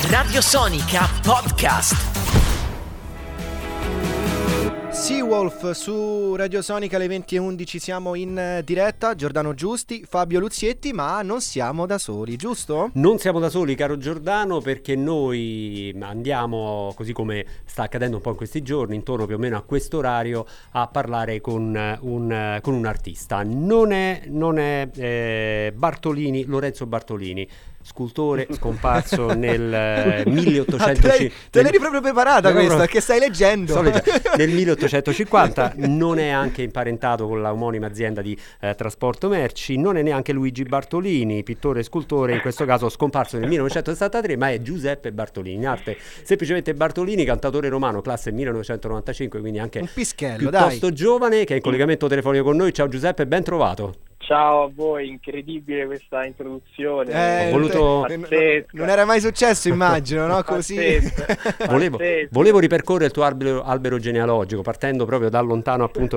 Radiosonica Podcast. Seawolf su Radiosonica alle 20:11, siamo in diretta, Giordano Giusti, Fabio Luzietti, ma non siamo da soli, giusto? Non siamo da soli, caro Giordano, perché noi andiamo, così come sta accadendo un po' in questi giorni, intorno più o meno a questo orario, a parlare con un artista. Non è Bartolini, Lorenzo Bartolini, scultore scomparso nel 1850. Te l'eri proprio preparata questa, che stai leggendo? Sto leggendo. Nel 1850. Non è anche imparentato con la omonima azienda di trasporto merci. Non è neanche Luigi Bartolini, pittore e scultore, in questo caso scomparso nel 1963, ma è Giuseppe Bartolini, in arte semplicemente Bartolini, cantatore romano, classe 1995, quindi anche un pischello, piuttosto giovane, che è in collegamento telefonico con noi. Ciao Giuseppe, ben trovato. Ciao a voi, incredibile questa introduzione. Ho voluto... Non era mai successo, immagino, no? Così. Volevo ripercorrere il tuo albero genealogico, partendo proprio da lontano, appunto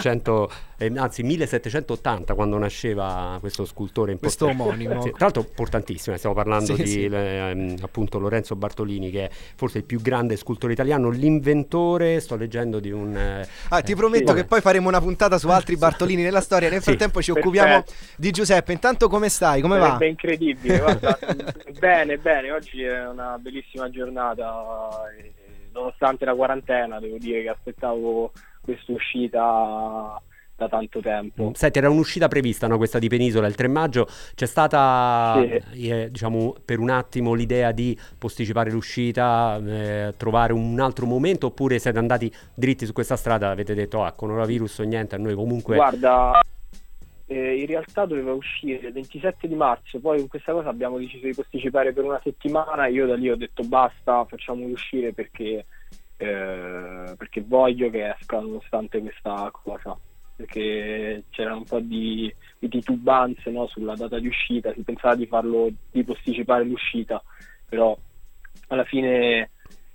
1780, quando nasceva questo scultore questo omonimo. Sì, tra l'altro importantissimo, stiamo parlando di appunto Lorenzo Bartolini, che è forse il più grande scultore italiano, l'inventore, sto leggendo di un... ti prometto che poi faremo una puntata su altri Bartolini nella storia, nel frattempo ci occupiamo di Giuseppe. Intanto come stai? Come va? È incredibile, guarda, bene, oggi è una bellissima giornata, nonostante la quarantena, devo dire che aspettavo questa uscita da tanto tempo. Senti, era un'uscita prevista, no? Questa di Penisola il 3 maggio, c'è stata diciamo per un attimo l'idea di posticipare l'uscita, trovare un altro momento, oppure siete andati dritti su questa strada, avete detto coronavirus o niente, a noi comunque... Guarda, in realtà doveva uscire il 27 di marzo, poi con questa cosa abbiamo deciso di posticipare per una settimana. Io da lì ho detto basta, facciamolo uscire perché voglio che esca nonostante questa cosa, perché c'era un po' di titubanze, no, sulla data di uscita. Si pensava di posticipare l'uscita, però alla fine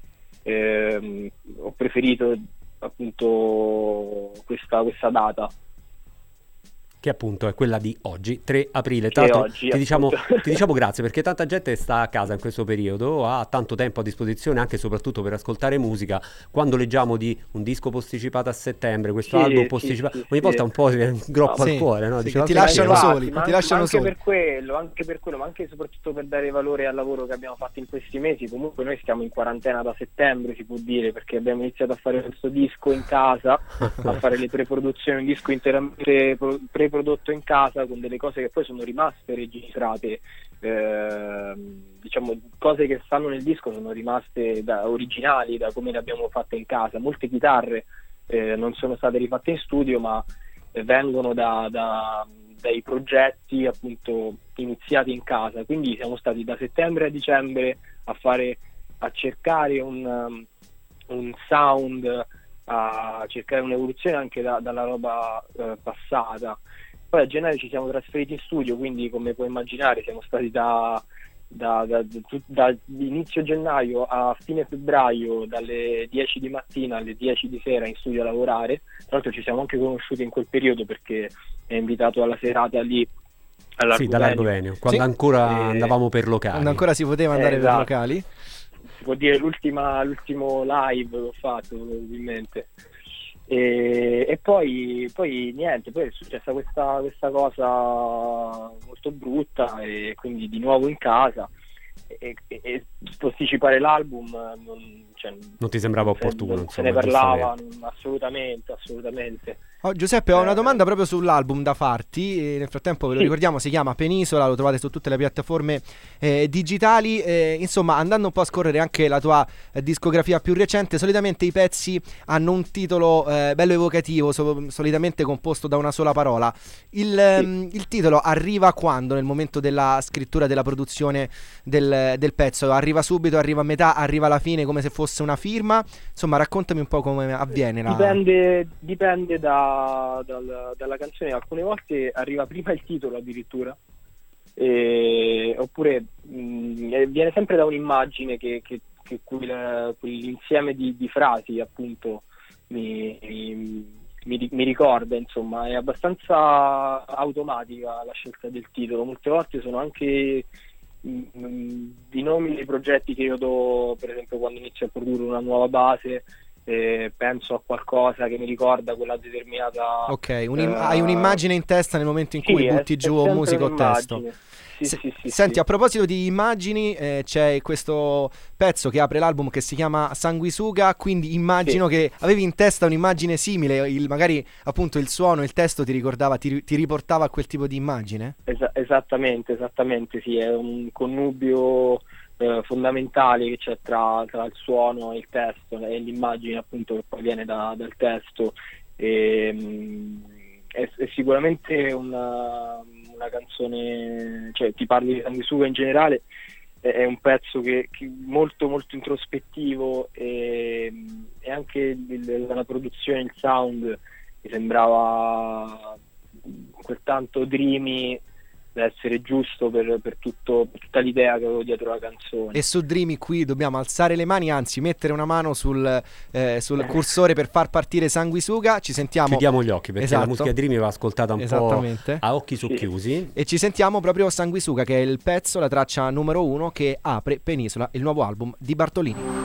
ho preferito appunto questa data, che appunto è quella di oggi, 3 aprile. Tra l'altro ti diciamo grazie, perché tanta gente sta a casa in questo periodo, ha tanto tempo a disposizione anche e soprattutto per ascoltare musica. Quando leggiamo di un disco posticipato a settembre, questo album posticipato, ogni volta un po' groppa al cuore, no? Che ti lasciano soli, anche per quello, ma anche e soprattutto per dare valore al lavoro che abbiamo fatto in questi mesi. Comunque noi stiamo in quarantena da settembre, si può dire, perché abbiamo iniziato a fare questo disco in casa, a fare le preproduzioni, un disco interamente prodotto in casa, con delle cose che poi sono rimaste registrate, diciamo cose che stanno nel disco sono rimaste originali da come le abbiamo fatte in casa. Molte chitarre non sono state rifatte in studio, ma vengono dai progetti appunto iniziati in casa. Quindi siamo stati da settembre a dicembre a cercare un sound, a cercare un'evoluzione anche dalla roba passata. Poi a gennaio ci siamo trasferiti in studio, quindi come puoi immaginare siamo stati da inizio gennaio a fine febbraio, dalle 10 di mattina alle 10 di sera in studio a lavorare. Tra l'altro ci siamo anche conosciuti in quel periodo, perché è invitato alla serata lì dall'Argo Venio, quando ancora andavamo per locali, quando ancora si poteva andare per locali. Si può dire l'ultimo live che ho fatto probabilmente. E poi niente, poi è successa questa cosa molto brutta, e quindi di nuovo in casa, e posticipare l'album non ti sembrava opportuno, non se ne parlava, assolutamente. Giuseppe, ho una domanda proprio sull'album da farti, nel frattempo ve lo ricordiamo, si chiama Penisola, lo trovate su tutte le piattaforme digitali, insomma, andando un po' a scorrere anche la tua discografia più recente, solitamente i pezzi hanno un titolo bello evocativo, solitamente composto da una sola parola. Il titolo arriva quando? Nel momento della scrittura, della produzione del pezzo? Arriva subito, arriva a metà, arriva alla fine, come se fosse una firma? Insomma, raccontami un po' come avviene dipende dalla canzone. Alcune volte arriva prima il titolo addirittura, oppure viene sempre da un'immagine che quell'insieme di frasi appunto mi ricorda. Insomma, è abbastanza automatica la scelta del titolo. Molte volte sono anche di nomi dei progetti che io do, per esempio quando inizio a produrre una nuova base, penso a qualcosa che mi ricorda quella determinata. Ok, hai un'immagine in testa nel momento in cui butti giù o musica o testo. Senti, a proposito di immagini, c'è questo pezzo che apre l'album che si chiama Sanguisuga, quindi immagino che avevi in testa un'immagine simile, magari appunto il suono, il testo ti ricordava, ti riportava a quel tipo di immagine? Esattamente, sì, è un connubio fondamentale che c'è tra il suono e il testo e l'immagine appunto che poi viene dal testo. È sicuramente una canzone, cioè ti parli di Sanguisuga in generale, è un pezzo che molto molto introspettivo, e anche la produzione, il sound mi sembrava quel tanto dreamy da essere giusto per tutta l'idea che avevo dietro la canzone. E su Dreamy qui dobbiamo alzare le mani, anzi mettere una mano sul cursore per far partire Sanguisuga. Ci sentiamo. Chiudiamo gli occhi perché la musica Dreamy va ascoltata un po' a occhi socchiusi. E ci sentiamo proprio Sanguisuga, che è il pezzo, la traccia numero 1 che apre Penisola, il nuovo album di Bartolini.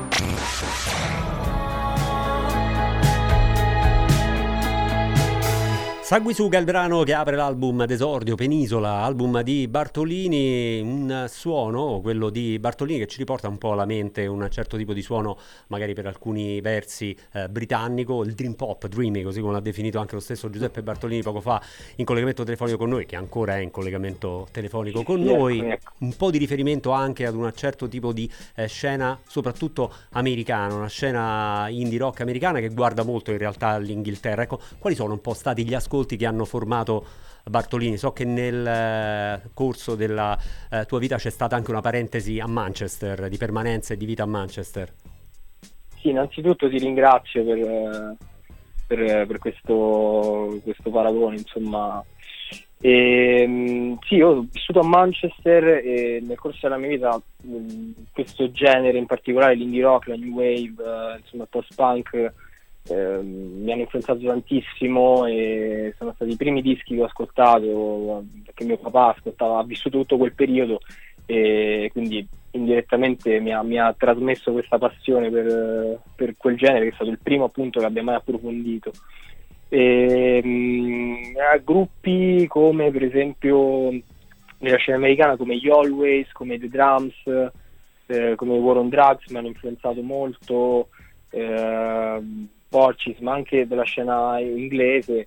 Sanguisuga è il brano che apre l'album d'esordio Penisola, album di Bartolini, un suono, quello di Bartolini, che ci riporta un po' alla mente un certo tipo di suono, magari per alcuni versi britannico, il dream pop, dreamy, così come l'ha definito anche lo stesso Giuseppe Bartolini poco fa in collegamento telefonico con noi, che ancora è in collegamento telefonico con noi, un po' di riferimento anche ad un certo tipo di scena, soprattutto americana, una scena indie rock americana che guarda molto in realtà all'Inghilterra. Ecco, quali sono un po' stati gli ascolti che hanno formato Bartolini? So che nel corso della tua vita c'è stata anche una parentesi a Manchester, di permanenza e di vita a Manchester. Sì, innanzitutto ti ringrazio per questo paragone, insomma. Sì, io ho vissuto a Manchester e nel corso della mia vita questo genere, in particolare l'indie rock, la new wave, insomma post-punk, mi hanno influenzato tantissimo e sono stati i primi dischi che ho ascoltato, perché mio papà ha vissuto tutto quel periodo e quindi indirettamente mi ha trasmesso questa passione per quel genere, che è stato il primo appunto che abbia mai approfondito. Gruppi come per esempio nella scena americana come gli Always, come The Drums, come War on Drugs mi hanno influenzato molto, Porches, ma anche della scena inglese,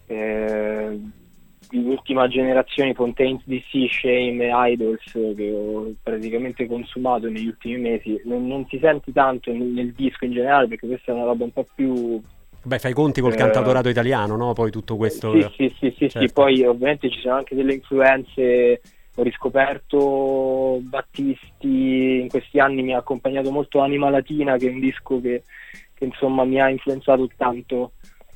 di ultima generazione, Fontaines DC, Shame e Idols, che ho praticamente consumato negli ultimi mesi. Non si sente tanto nel disco in generale, perché questa è una roba un po' più... Beh, fai i conti col cantautorato italiano, no? Poi tutto questo... Sì, certo. Sì, poi ovviamente ci sono anche delle influenze. Ho riscoperto Battisti, in questi anni mi ha accompagnato molto Anima Latina, che è un disco che insomma mi ha influenzato tanto,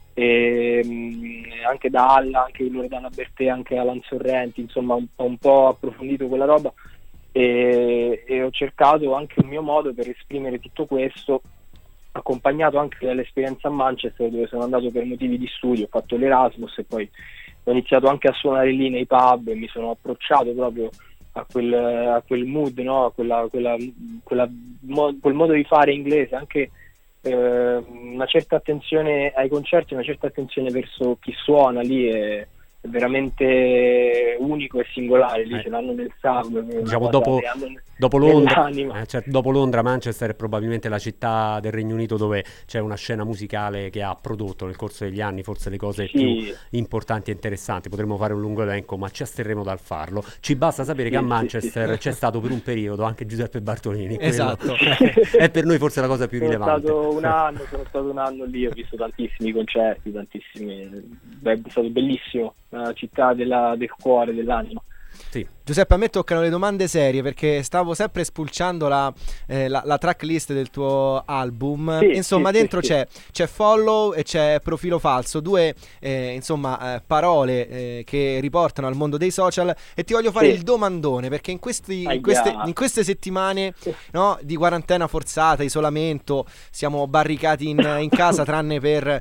anche da Alla, anche Loredana Bertè, anche Alan Sorrenti, insomma ho un po' approfondito quella roba e ho cercato anche un mio modo per esprimere tutto questo, accompagnato anche dall'esperienza a Manchester, dove sono andato per motivi di studio, ho fatto l'Erasmus e poi ho iniziato anche a suonare lì nei pub e mi sono approcciato proprio a quel mood, no? Quel modo di fare inglese, anche una certa attenzione ai concerti, una certa attenzione verso chi suona lì è veramente unico e singolare. Lì ce l'hanno nel sangue, diciamo dopo Londra, Manchester è probabilmente la città del Regno Unito dove c'è una scena musicale che ha prodotto nel corso degli anni forse le cose più importanti e interessanti. Potremmo fare un lungo elenco, ma ci asterremo dal farlo. Ci basta sapere che a Manchester c'è stato per un periodo anche Giuseppe Bartolini. Esatto. È per noi forse la cosa più rilevante. Sono stato un anno lì, ho visto tantissimi concerti, è stato bellissimo, una città del cuore, dell'anima. Sì. Giuseppe, a me toccano le domande serie, perché stavo sempre spulciando la tracklist del tuo album. Insomma, dentro c'è Follow e c'è Profilo Falso, due parole che riportano al mondo dei social, e ti voglio fare il domandone, perché in queste settimane, no, di quarantena forzata, isolamento, siamo barricati in casa tranne per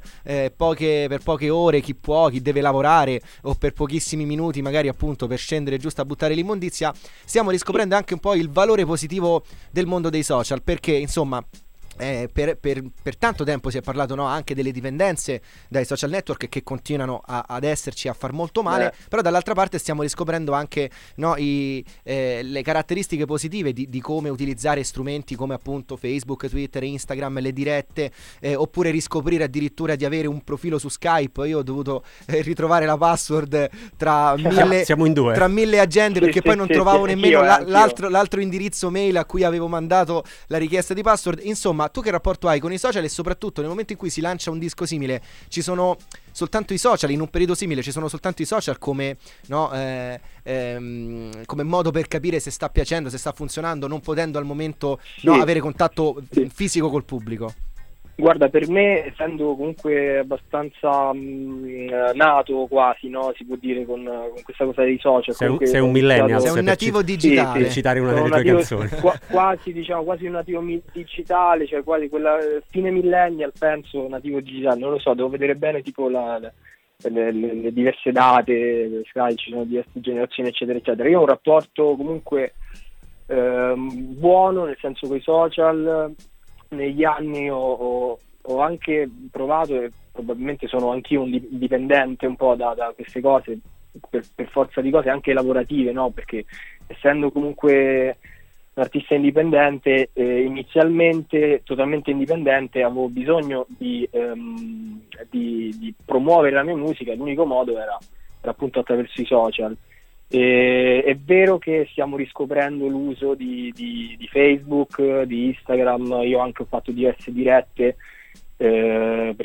poche ore, chi può, chi deve lavorare, o per pochissimi minuti magari appunto per scendere giusto a buttare buttare l'immondizia, stiamo riscoprendo anche un po' il valore positivo del mondo dei social, perché insomma per tanto tempo si è parlato, no, anche delle dipendenze dai social network che continuano ad esserci, a far molto male, però dall'altra parte stiamo riscoprendo anche, no, le caratteristiche positive di come utilizzare strumenti come appunto Facebook, Twitter, Instagram, le dirette, oppure riscoprire addirittura di avere un profilo su Skype. Io ho dovuto ritrovare la password tra mille agende, perché poi non trovavo nemmeno l'altro indirizzo mail a cui avevo mandato la richiesta di password. Insomma, tu che rapporto hai con i social, e soprattutto nel momento in cui si lancia un disco simile ci sono soltanto i social, in un periodo simile ci sono soltanto i social come, no, come modo per capire se sta piacendo, se sta funzionando, non potendo al momento no, avere contatto fisico col pubblico? Guarda, per me, essendo comunque abbastanza nato quasi, no, si può dire, con questa cosa dei social. Sei un millennial, sei un nativo digitale. Per citare una delle tue canzoni. Quasi un nativo digitale, cioè quasi quella fine millennial, penso, nativo digitale, non lo so, devo vedere bene tipo le diverse date, ci sono diverse generazioni, eccetera, eccetera. Io ho un rapporto comunque buono, nel senso, con i social. Negli anni ho anche provato, e probabilmente sono anch'io un dipendente un po' da queste cose, per forza di cose anche lavorative, no? Perché essendo comunque un artista indipendente, inizialmente totalmente indipendente, avevo bisogno di promuovere la mia musica, e l'unico modo era appunto attraverso i social. È vero che stiamo riscoprendo l'uso di Facebook, di Instagram. Io anche ho fatto diverse dirette per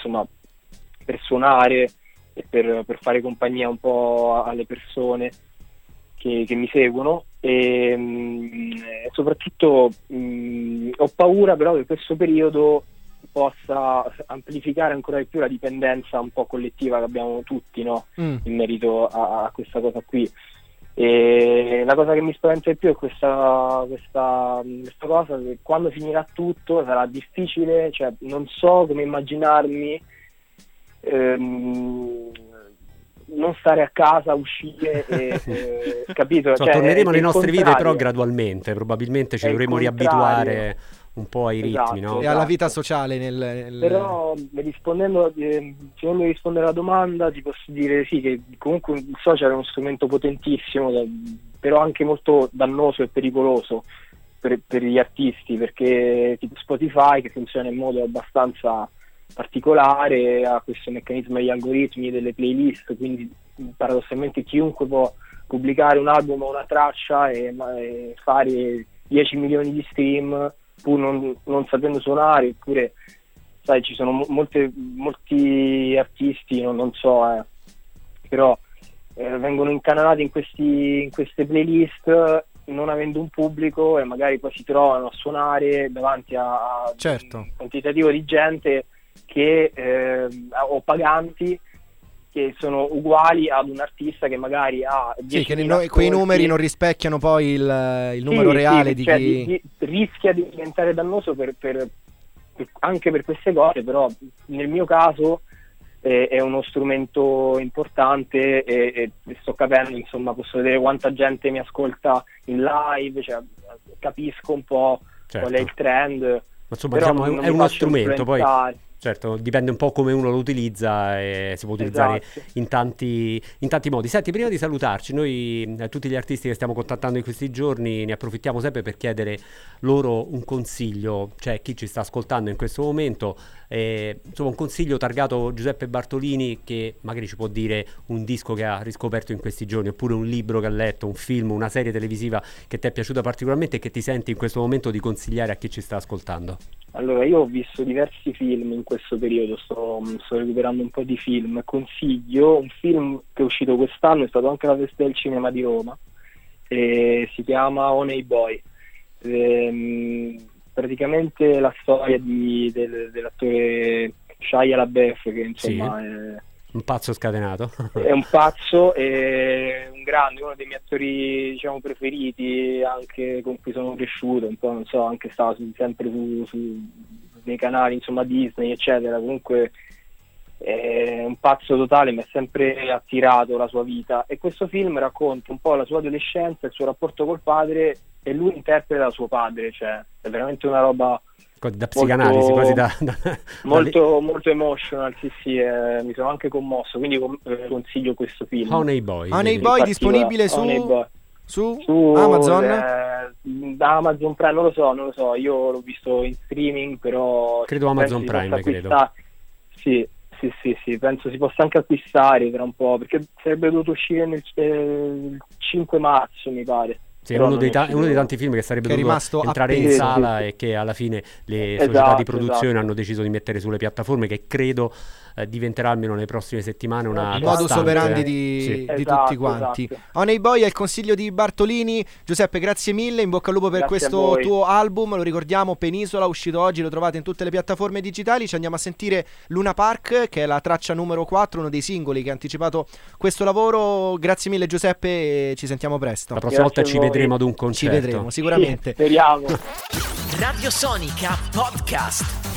suonare e per fare compagnia un po' alle persone che mi seguono, e soprattutto ho paura però che questo periodo possa amplificare ancora di più la dipendenza un po' collettiva che abbiamo tutti, no? In merito a questa cosa qui. E la cosa che mi spaventa di più è questa cosa, che quando finirà tutto sarà difficile, cioè non so come immaginarmi non stare a casa, uscire capito? Cioè, torneremo alle nostre vite, però gradualmente, probabilmente ci dovremo riabituare un po' ai ritmi, no? E alla vita sociale Però cercando di rispondere alla domanda, ti posso dire sì, che comunque il social è uno strumento potentissimo, però anche molto dannoso e pericoloso per gli artisti, perché tipo Spotify, che funziona in modo abbastanza particolare, ha questo meccanismo degli algoritmi, delle playlist, quindi paradossalmente chiunque può pubblicare un album o una traccia e fare 10 milioni di stream pur non sapendo suonare, oppure sai, ci sono molti artisti, non so, però vengono incanalati in queste playlist non avendo un pubblico, e magari poi si trovano a suonare davanti a un quantitativo di gente o paganti che sono uguali ad un artista che magari ha 10.000 quei numeri non rispecchiano poi il numero reale di chi rischia di diventare dannoso anche per queste cose. Però nel mio caso è uno strumento importante, e sto capendo, insomma, posso vedere quanta gente mi ascolta in live, cioè capisco un po' qual è il trend. Ma insomma, diciamo, è uno strumento, poi certo, dipende un po' come uno lo utilizza, e si può utilizzare in tanti modi. Senti, prima di salutarci, noi tutti gli artisti che stiamo contattando in questi giorni ne approfittiamo sempre per chiedere loro un consiglio, cioè chi ci sta ascoltando in questo momento, insomma un consiglio targato Giuseppe Bartolini, che magari ci può dire un disco che ha riscoperto in questi giorni, oppure un libro che ha letto, un film, una serie televisiva che ti è piaciuta particolarmente e che ti senti in questo momento di consigliare a chi ci sta ascoltando. Allora, io ho visto diversi film in questo periodo, sto recuperando un po' di film. Consiglio un film che è uscito quest'anno, è stato anche alla Festa del Cinema di Roma, si chiama Honey Boy. Praticamente la storia dell'attore Shia LaBeouf, che insomma è un pazzo scatenato. È un pazzo, è un grande, uno dei miei attori, diciamo, preferiti, anche con cui sono cresciuto, un po', non so, anche stava sempre su nei canali, insomma, Disney, eccetera. Comunque è un pazzo totale, mi ha sempre attirato la sua vita, e questo film racconta un po' la sua adolescenza, il suo rapporto col padre, e lui interpreta suo padre, cioè è veramente una roba da psicanalisi, quasi molto emotional, sì, mi sono anche commosso, quindi consiglio questo film. Honey Boy disponibile su Amazon? Da Amazon Prime, non lo so, io l'ho visto in streaming, però credo Amazon Prime, credo. Sì, penso si possa anche acquistare tra un po', perché sarebbe dovuto uscire il 5 marzo, mi pare. Sì, è uno dei tanti film che sarebbe dovuto entrare in sala e che alla fine le società di produzione hanno deciso di mettere sulle piattaforme, che credo diventerà almeno nelle prossime settimane una modus operandi di tutti quanti. Honey Boy è il consiglio di Bartolini. Giuseppe, grazie mille, in bocca al lupo per questo tuo album, lo ricordiamo, Penisola, uscito oggi, lo trovate in tutte le piattaforme digitali. Ci andiamo a sentire Luna Park, che è la traccia numero 4, uno dei singoli che ha anticipato questo lavoro. Grazie mille Giuseppe, e ci sentiamo presto. La prossima volta ci vedremo ad un concerto. Ci vedremo sicuramente. Speriamo. Radio Sonica Podcast.